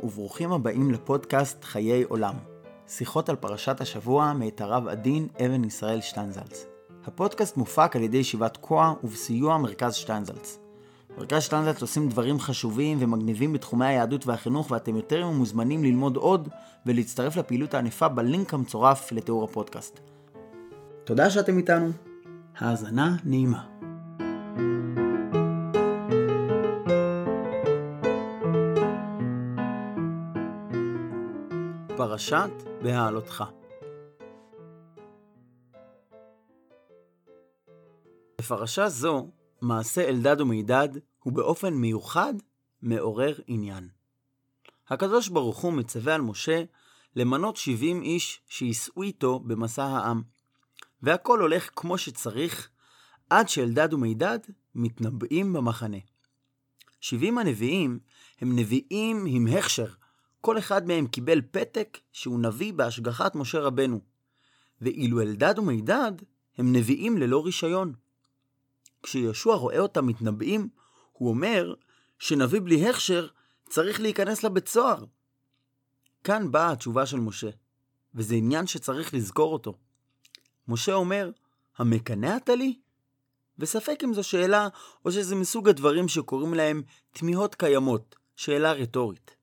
וברוכים הבאים לפודקאסט חיי עולם. שיחות על פרשת השבוע מאת הרב עדין אבן ישראל שטיינזלץ. הפודקאסט מופק על ידי ישיבת כוח ובסיוע מרכז שטיינזלץ. מרכז שטיינזלץ עושים דברים חשובים ומגניבים בתחומי היהדות והחינוך, ואתם יותר מוזמנים ללמוד עוד ולהצטרף לפעילות הענפה בלינק המצורף לתיאור הפודקאסט. תודה שאתם איתנו. האזנה נעימה. פרשת בהעלותך. בפרשה זו, מעשה אלדד ומידד הוא באופן מיוחד מעורר עניין. הקדוש ברוך הוא מצווה על משה למנות 70 איש שיסעו איתו במסע העם, והכל הולך כמו שצריך עד שאלדד ומידד מתנבאים במחנה. 70 הנביאים הם נביאים עם הכשר, כל אחד מהם קיבל פתק שהוא נביא בהשגחת משה רבנו, ואילו אלדד ומידד הם נביאים ללא רישיון. כשישוע רואה אותם מתנבאים, הוא אומר שנביא בלי הכשר צריך להיכנס לבית סוהר. כאן באה התשובה של משה, וזה עניין שצריך לזכור אותו. משה אומר, המקנא אתה לי? וספק אם זו שאלה או שזה מסוג הדברים שקוראים להם תמיהות קיימות, שאלה רטורית.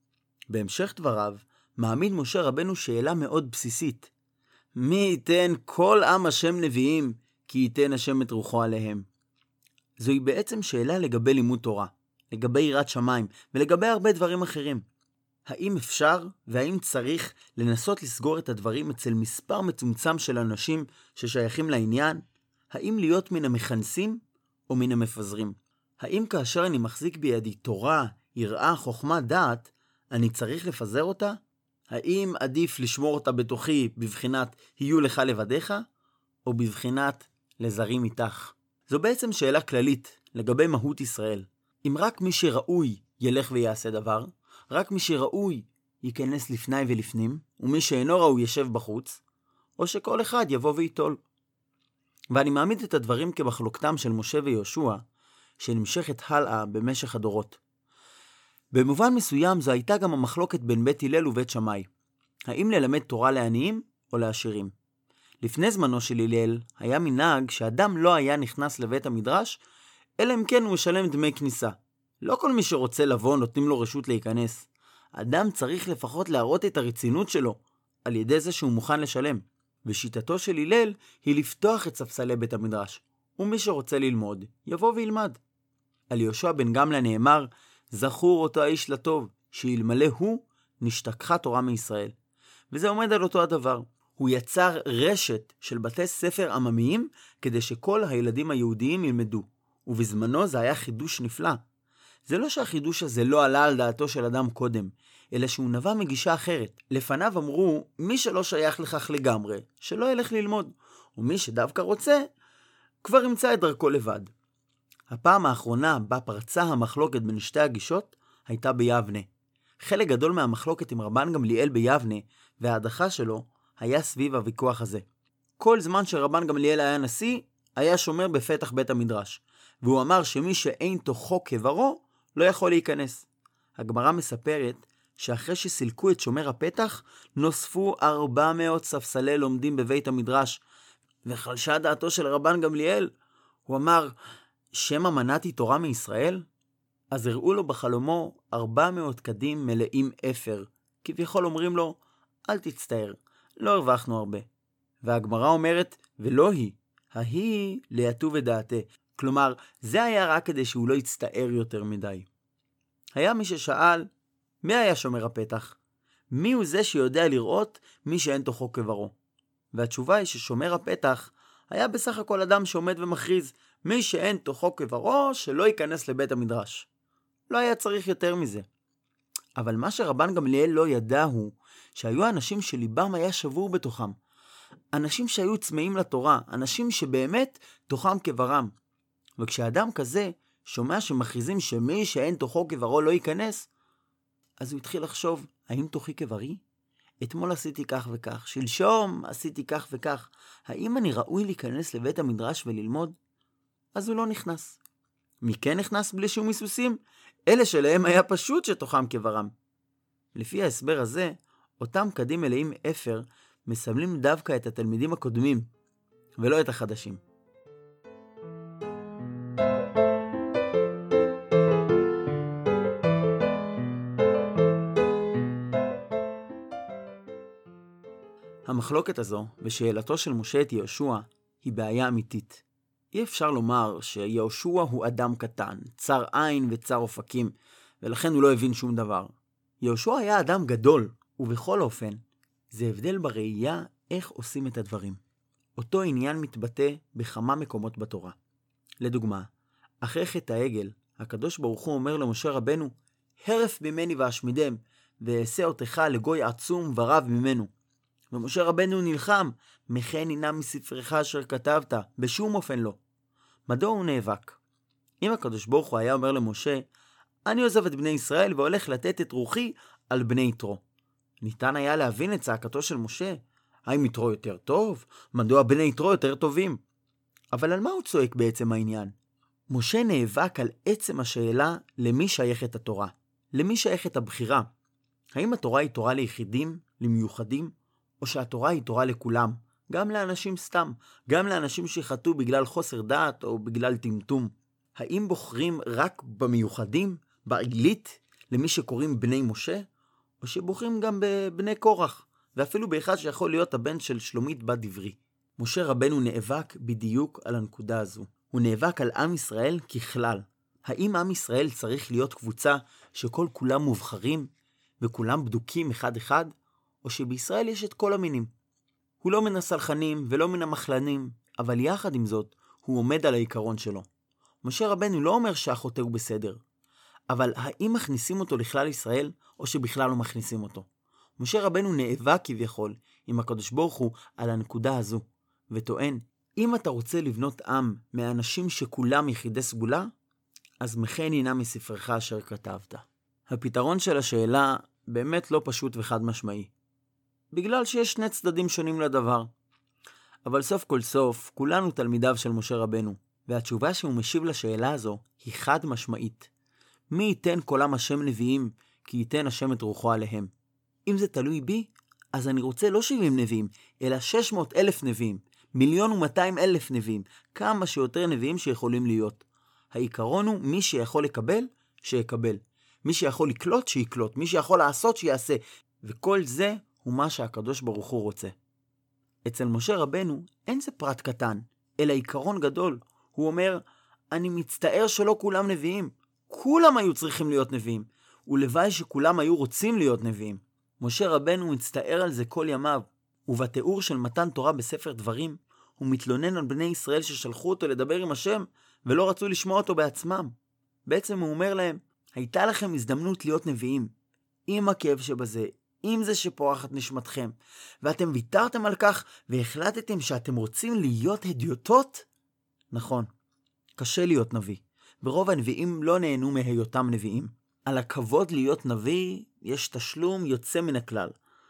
בהמשך דבריו מעמיד משה רבנו שאלה מאוד בסיסית. מי ייתן כל עם השם נביאים, כי ייתן השם את רוחו עליהם? זוהי בעצם שאלה לגבי לימוד תורה, לגבי יראת שמיים ולגבי הרבה דברים אחרים. האם אפשר והאם צריך לנסות לסגור את הדברים אצל מספר מצומצם של אנשים ששייכים לעניין? האם להיות מן המכנסים או מן המפזרים? האם כאשר אני מחזיק בידי תורה, יראה, חוכמה, דעת, אני צריך לפזר אותה? האם עדיף לשמור אותה בתוכי בבחינת יהיו לך לבדיך, או בבחינת לזרים איתך? זו בעצם שאלה כללית לגבי מהות ישראל. אם רק מי שראוי ילך ויעשה דבר, רק מי שראוי ייכנס לפני ולפנים, ומי שאינו ראוי ישב בחוץ, או שכל אחד יבוא ויטול. ואני מעמיד את הדברים כמחלוקתם של משה ויהושע, שנמשכת הלאה במשך הדורות. במובן מסוים זו הייתה גם המחלוקת בין בית הלל ובית שמאי. האם ללמד תורה לעניים או לעשירים? לפני זמנו של הלל היה מנהג שאדם לא היה נכנס לבית המדרש, אלא אם כן הוא משלם דמי כניסה. לא כל מי שרוצה לבוא נותנים לו רשות להיכנס. אדם צריך לפחות להראות את הרצינות שלו, על ידי זה שהוא מוכן לשלם. ושיטתו של הלל היא לפתוח את ספסלי בית המדרש, ומי שרוצה ללמוד יבוא וילמד. על יהושע בן גמלא נאמר, זכור אותו האיש לטוב, שאלמלא הוא נשתכחה תורה מישראל. וזה עומד על אותו הדבר. הוא יצר רשת של בתי ספר עממיים כדי שכל הילדים היהודיים ילמדו. ובזמנו זה היה חידוש נפלא. זה לא שהחידוש הזה לא עלה על דעתו של אדם קודם, אלא שהוא נבע מגישה אחרת. לפניו אמרו, מי שלא שייך לכך לגמרי, שלא ילך ללמוד. ומי שדווקא רוצה, כבר ימצא את דרכו לבד. הפעם האחרונה בה פרצה המחלוקת בין שתי הגישות הייתה ביבנה. חלק גדול מהמחלוקת עם רבן גמליאל ביבנה וההדחה שלו היה סביב הוויכוח הזה. כל זמן שרבן גמליאל היה נשיא, היה שומר בפתח בית המדרש, והוא אמר שמי שאין תוכו כברו לא יכול להיכנס. הגמרא מספרת שאחרי שסילקו את שומר הפתח, נוספו 400 ספסלי לומדים בבית המדרש, וחלשה דעתו של רבן גמליאל. הוא אמר, שמא מנעתי תורה מישראל? אז הראו לו בחלומו 400 קדים מלאים אפר. כביכול אומרים לו, אל תצטער, לא הרווחנו הרבה. והגמרא אומרת, ולא היא, ההיא ליתו ודעתה. כלומר, זה היה רק כדי שהוא לא יצטער יותר מדי. היה מי ששאל, מי היה שומר הפתח? מי הוא זה שיודע לראות מי שאין תוכו כברו? והתשובה היא ששומר הפתח היה בסך הכל אדם שעומד ומכריז, מי שאין תוכו כברו שלא ייכנס לבית המדרש. לא היה צריך יותר מזה. אבל מה שרבן גמליאל לא ידע הוא שהיו אנשים שליבם היה שבור בתוכם. אנשים שהיו צמאים לתורה, אנשים שבאמת תוכם כברם. וכשאדם כזה שומע שמכריזים שמי שאין תוכו כברו לא ייכנס, אז הוא התחיל לחשוב, האם תוכי כברי? אתמול עשיתי כך וכך, שלשום עשיתי כך וכך. האם אני ראוי להיכנס לבית המדרש וללמוד? אז הוא לא נכנס. מי כן נכנס בלי שום היסוסים? אלה שלהם היה פשוט שתוכם כברם. לפי ההסבר הזה, אותם קדים מלאים אפר מסמלים דווקא את התלמידים הקודמים, ולא את החדשים. המחלוקת הזו ושאלתו של משה את יהושע היא בעיה אמיתית. אי אפשר לומר שיהושע הוא אדם קטן, צר עין וצר אופקים, ולכן הוא לא הבין שום דבר. יהושע היה אדם גדול, ובכל אופן, זה הבדל בראייה איך עושים את הדברים. אותו עניין מתבטא בכמה מקומות בתורה. לדוגמה, אחרי חטא העגל, הקדוש ברוך הוא אומר למשה רבנו, הרף ממני ואשמידם, ואעשה אותך לגוי עצום ורב ממנו. ומשה רבנו נלחם, מחן הנה מספרך אשר כתבת, בשום אופן לא. מדוע הוא נאבק? אם הקדוש ברוך הוא היה אומר למשה, אני עוזב את בני ישראל והולך לתת את רוחי על בני יתרו. ניתן היה להבין את צעקתו של משה, האם יתרו יותר טוב? מדוע בני יתרו יותר טובים? אבל על מה הוא צועק בעצם העניין? משה נאבק על עצם השאלה למי שייכת התורה, למי שייכת הבחירה. האם התורה היא תורה ליחידים, למיוחדים, או שהתורה היא תורה לכולם, גם לאנשים סתם, גם לאנשים שחטאו בגלל חוסר דעת או בגלל טמטום? האם בוחרים רק במיוחדים, בעילית, למי שקוראים בני משה, או שבוחרים גם בבני קורח, ואפילו באחד שיכול להיות הבן של שלומית בת דברי? משה רבנו נאבק בדיוק על הנקודה הזו. הוא נאבק על עם ישראל ככלל. האם עם ישראל צריך להיות קבוצה שכל כולם מובחרים וכולם בדוקים אחד אחד, או שבישראל יש את כל המינים? הוא לא מן הסלחנים ולא מן המחלנים, אבל יחד עם זאת הוא עומד על העיקרון שלו. משה רבנו לא אומר שהחוטא הוא בסדר, אבל האם מכניסים אותו לכלל ישראל או שבכלל לא מכניסים אותו? משה רבנו נאבק כביכול עם הקדוש ברוך הוא על הנקודה הזו, וטוען, אם אתה רוצה לבנות עם מהאנשים שכולם יחידי סגולה, אז מחן הנה מספרך אשר כתבת. הפתרון של השאלה באמת לא פשוט וחד משמעי, בגלל שיש שני צדדים שונים לדבר. אבל סוף כל סוף, כולנו תלמידיו של משה רבנו, והתשובה שהוא משיב לשאלה הזו היא חד משמעית. מי ייתן קולם השם נביאים, כי ייתן השם את רוחו עליהם. אם זה תלוי בי, אז אני רוצה לא 70 נביאים, אלא 600,000 נביאים, 1,200,000 נביאים, כמה שיותר נביאים שיכולים להיות. העיקרון הוא מי שיכול לקבל, שיקבל. מי שיכול לקלוט, שיקלוט. מי שיכול לעשות, שיעשה. וכל זה הוא מה שהקדוש ברוך הוא רוצה. אצל משה רבנו אין זה פרט קטן, אלא עיקרון גדול. הוא אומר, אני מצטער שלא כולם נביאים. כולם היו צריכים להיות נביאים. ולוואי שכולם היו רוצים להיות נביאים. משה רבנו מצטער על זה כל ימיו. ובתיאור של מתן תורה בספר דברים, הוא מתלונן על בני ישראל ששלחו אותו לדבר עם השם, ולא רצו לשמוע אותו בעצמם. בעצם הוא אומר להם, הייתה לכם הזדמנות להיות נביאים. עם הכאב שבזה, עם זה שפורחת נשמתכם, ואתם ויתרתם על כך, והחלטתם שאתם רוצים להיות הדיוטות? נכון, קשה להיות נביא. ברוב הנביאים לא נהנו מהיותם נביאים. על הכבוד להיות נביא יש תשלום יוצא מן הכלל.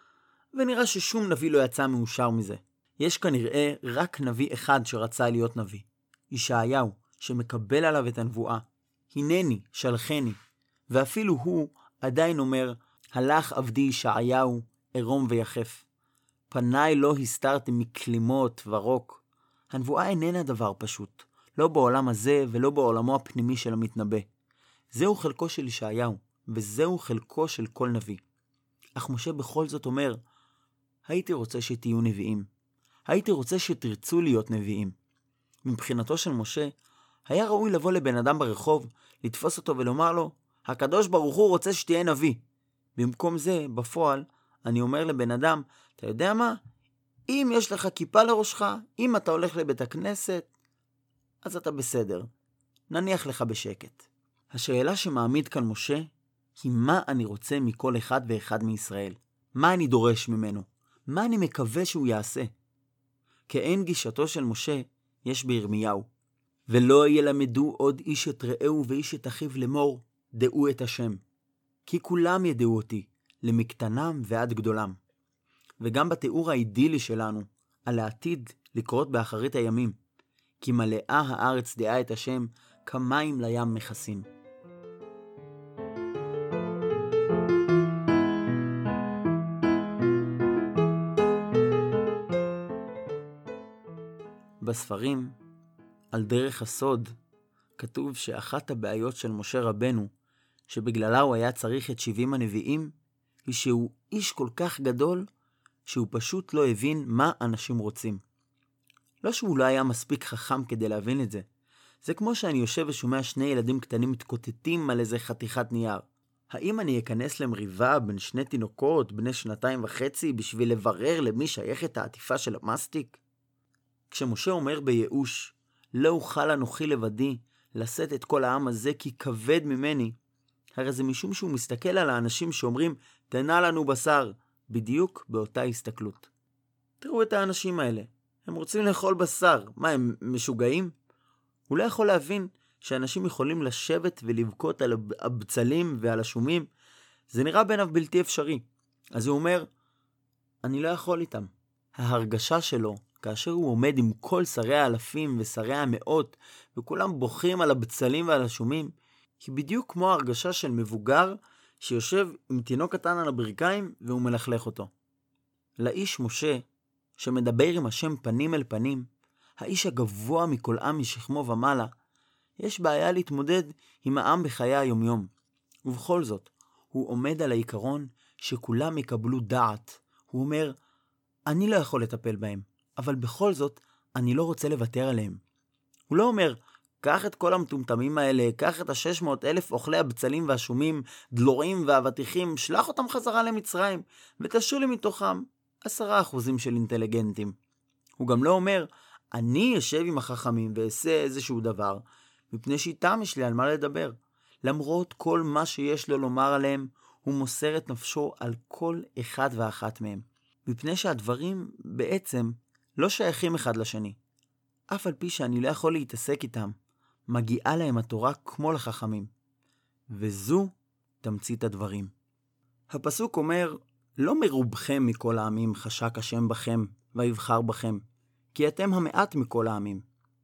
ונראה ששום נביא לא יצא מאושר מזה. יש כנראה רק נביא אחד שרצה להיות נביא. ישעיהו, שמקבל עליו את הנבואה. הנני, שלחני. ואפילו הוא עדיין אומר, הלך עבדי ישעיהו, ערום ויחף. פניי לא הסתרתם מכלימות ורוק. הנבואה איננה דבר פשוט. לא בעולם הזה ולא בעולמו הפנימי של המתנבא. זהו חלקו של ישעיהו, וזהו חלקו של כל נביא. אך משה בכל זאת אומר, הייתי רוצה שתהיו נביאים. הייתי רוצה שתרצו להיות נביאים. מבחינתו של משה, היה ראוי לבוא לבן אדם ברחוב, לתפוס אותו ולומר לו, הקדוש ברוך הוא רוצה שתהיה נביא. במקום זה, בפועל, אני אומר לבן אדם, אתה יודע מה? אם יש לך כיפה לראשך, אם אתה הולך לבית הכנסת, אז אתה בסדר. נניח לך בשקט. השאלה שמעמיד כאן משה, היא מה אני רוצה מכל אחד ואחד מישראל. מה אני דורש ממנו? מה אני מקווה שהוא יעשה? כאין גישתו של משה, יש בירמיהו. ולא ילמדו עוד איש את רעהו ואיש את אחיו לאמור, דעו את השם. כי כולם ידעו אותי, למקטנם ועד גדולם. וגם בתיאור האידילי שלנו, על העתיד לקרות באחרית הימים, כי מלאה הארץ דעה את השם, כמים לים מכסים. בספרים, על דרך הסוד, כתוב שאחת הבעיות של משה רבנו, שבגללה הוא היה צריך את 70 הנביאים, היא שהוא איש כל כך גדול, שהוא פשוט לא הבין מה אנשים רוצים. לא שהוא לא היה מספיק חכם כדי להבין את זה. זה כמו שאני יושב ושומע שני ילדים קטנים מתקוטטים על איזה חתיכת נייר. האם אני אכנס למריבה בין שני תינוקות, בני 2.5, בשביל לברר למי שייכת העטיפה של המסטיק? כשמשה אומר בייאוש, לא אוכל אנוכי לבדי, לשאת את כל העם הזה כי כבד ממני, הרי זה משום שהוא מסתכל על האנשים שאומרים, תנה לנו בשר, בדיוק באותה הסתכלות. תראו את האנשים האלה, הם רוצים לאכול בשר, מה הם משוגעים? הוא לא יכול להבין שאנשים יכולים לשבת ולבכות על הבצלים ועל השומים, זה נראה בעיניו בלתי אפשרי. אז הוא אומר, אני לא יכול איתם. ההרגשה שלו, כאשר הוא עומד עם כל שרי האלפים ושרי המאות, וכולם בוכים על הבצלים ועל השומים, היא בדיוק כמו ההרגשה של מבוגר שיושב עם תינוק קטן על הברכיים והוא מלכלך אותו. לאיש משה, שמדבר עם השם פנים אל פנים, האיש הגבוה מכל עם משכמו ומעלה, יש בעיה להתמודד עם העם בחיי היומיום. ובכל זאת, הוא עומד על העיקרון שכולם יקבלו דעת. הוא אומר, אני לא יכול לטפל בהם, אבל בכל זאת, אני לא רוצה לוותר עליהם. הוא לא אומר, קח את כל המטומטמים האלה, קח את 600,000 אוכלי הבצלים והשומים, דלורים ואבטיחים, שלח אותם חזרה למצרים, ותשאיר לי מתוכם 10% של אינטליגנטים. הוא גם לא אומר, אני אשב עם החכמים ואעשה איזשהו דבר, מפני שאיתם יש לי על מה לדבר. למרות כל מה שיש לו לומר עליהם, הוא מוסר את נפשו על כל אחד ואחת מהם. מפני שהדברים בעצם לא שייכים אחד לשני. אף על פי שאני לא יכול להתעסק איתם, מגיעה להם התורה כמו לחכמים. וזו תמצית הדברים. הפסוק אומר, לא מרובכם מכל העמים חשק השם בכם ויבחר בכם, כי אתם המעט מכל העמים.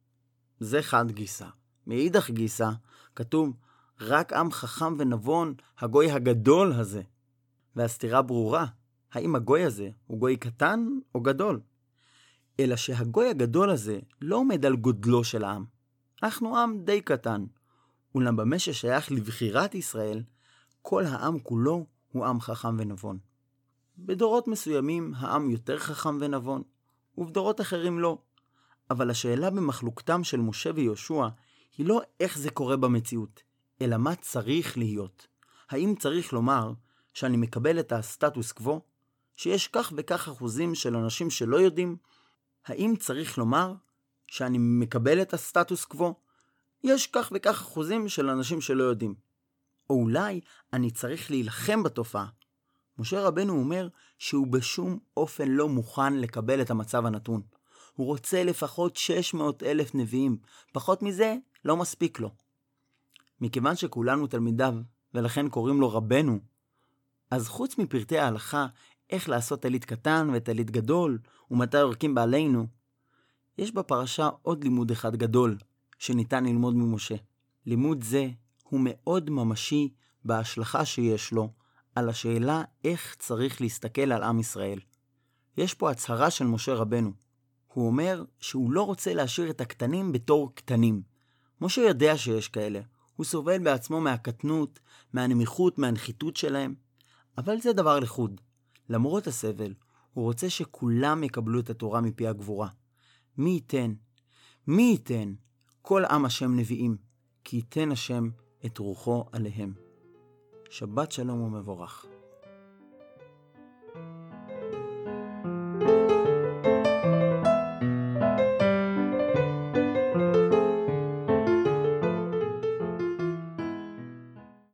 זה חד גיסה. מאידך גיסה כתוב, רק עם חכם ונבון, הגוי הגדול הזה. והסתירה ברורה, האם הגוי הזה הוא גוי קטן או גדול? אלא שהגוי הגדול הזה לא עומד על גודלו של העם. אנחנו עם די קטן. אולם במה ששייך לבחירת ישראל, כל העם כולו הוא עם חכם ונבון. בדורות מסוימים העם יותר חכם ונבון, ובדורות אחרים לא. אבל השאלה במחלוקתם של משה ויהושע היא לא איך זה קורה במציאות, אלא מה צריך להיות. האם צריך לומר שאני מקבל את הסטטוס קוו, שיש כך וכך אחוזים של אנשים שלא יודעים? האם צריך לומר שאני מקבל את הסטטוס קוו, יש כך וכך אחוזים של אנשים שלא יודעים? או אולי אני צריך להילחם בתופעה. משה רבנו אומר שהוא בשום אופן לא מוכן לקבל את המצב הנתון. הוא רוצה לפחות 600,000 נביאים, פחות מזה לא מספיק לו. מכיוון שכולנו תלמידיו, ולכן קוראים לו רבנו, אז חוץ מפרטי ההלכה, איך לעשות תלית קטן ותלית גדול, ומתי יורקים בעלינו, יש בפרשה עוד לימוד אחד גדול, שניתן ללמוד ממשה. לימוד זה הוא מאוד ממשי בהשלכה שיש לו, על השאלה איך צריך להסתכל על עם ישראל. יש פה הצהרה של משה רבנו. הוא אומר שהוא לא רוצה להשאיר את הקטנים בתור קטנים. משה יודע שיש כאלה. הוא סובל בעצמו מהקטנות, מהנמיכות, מהנחיתות שלהם. אבל זה דבר לחוד. למרות הסבל, הוא רוצה שכולם יקבלו את התורה מפי הגבורה. מי ייתן כל עם השם נביאים, כי ייתן השם את רוחו עליהם. שבת שלום ומבורך.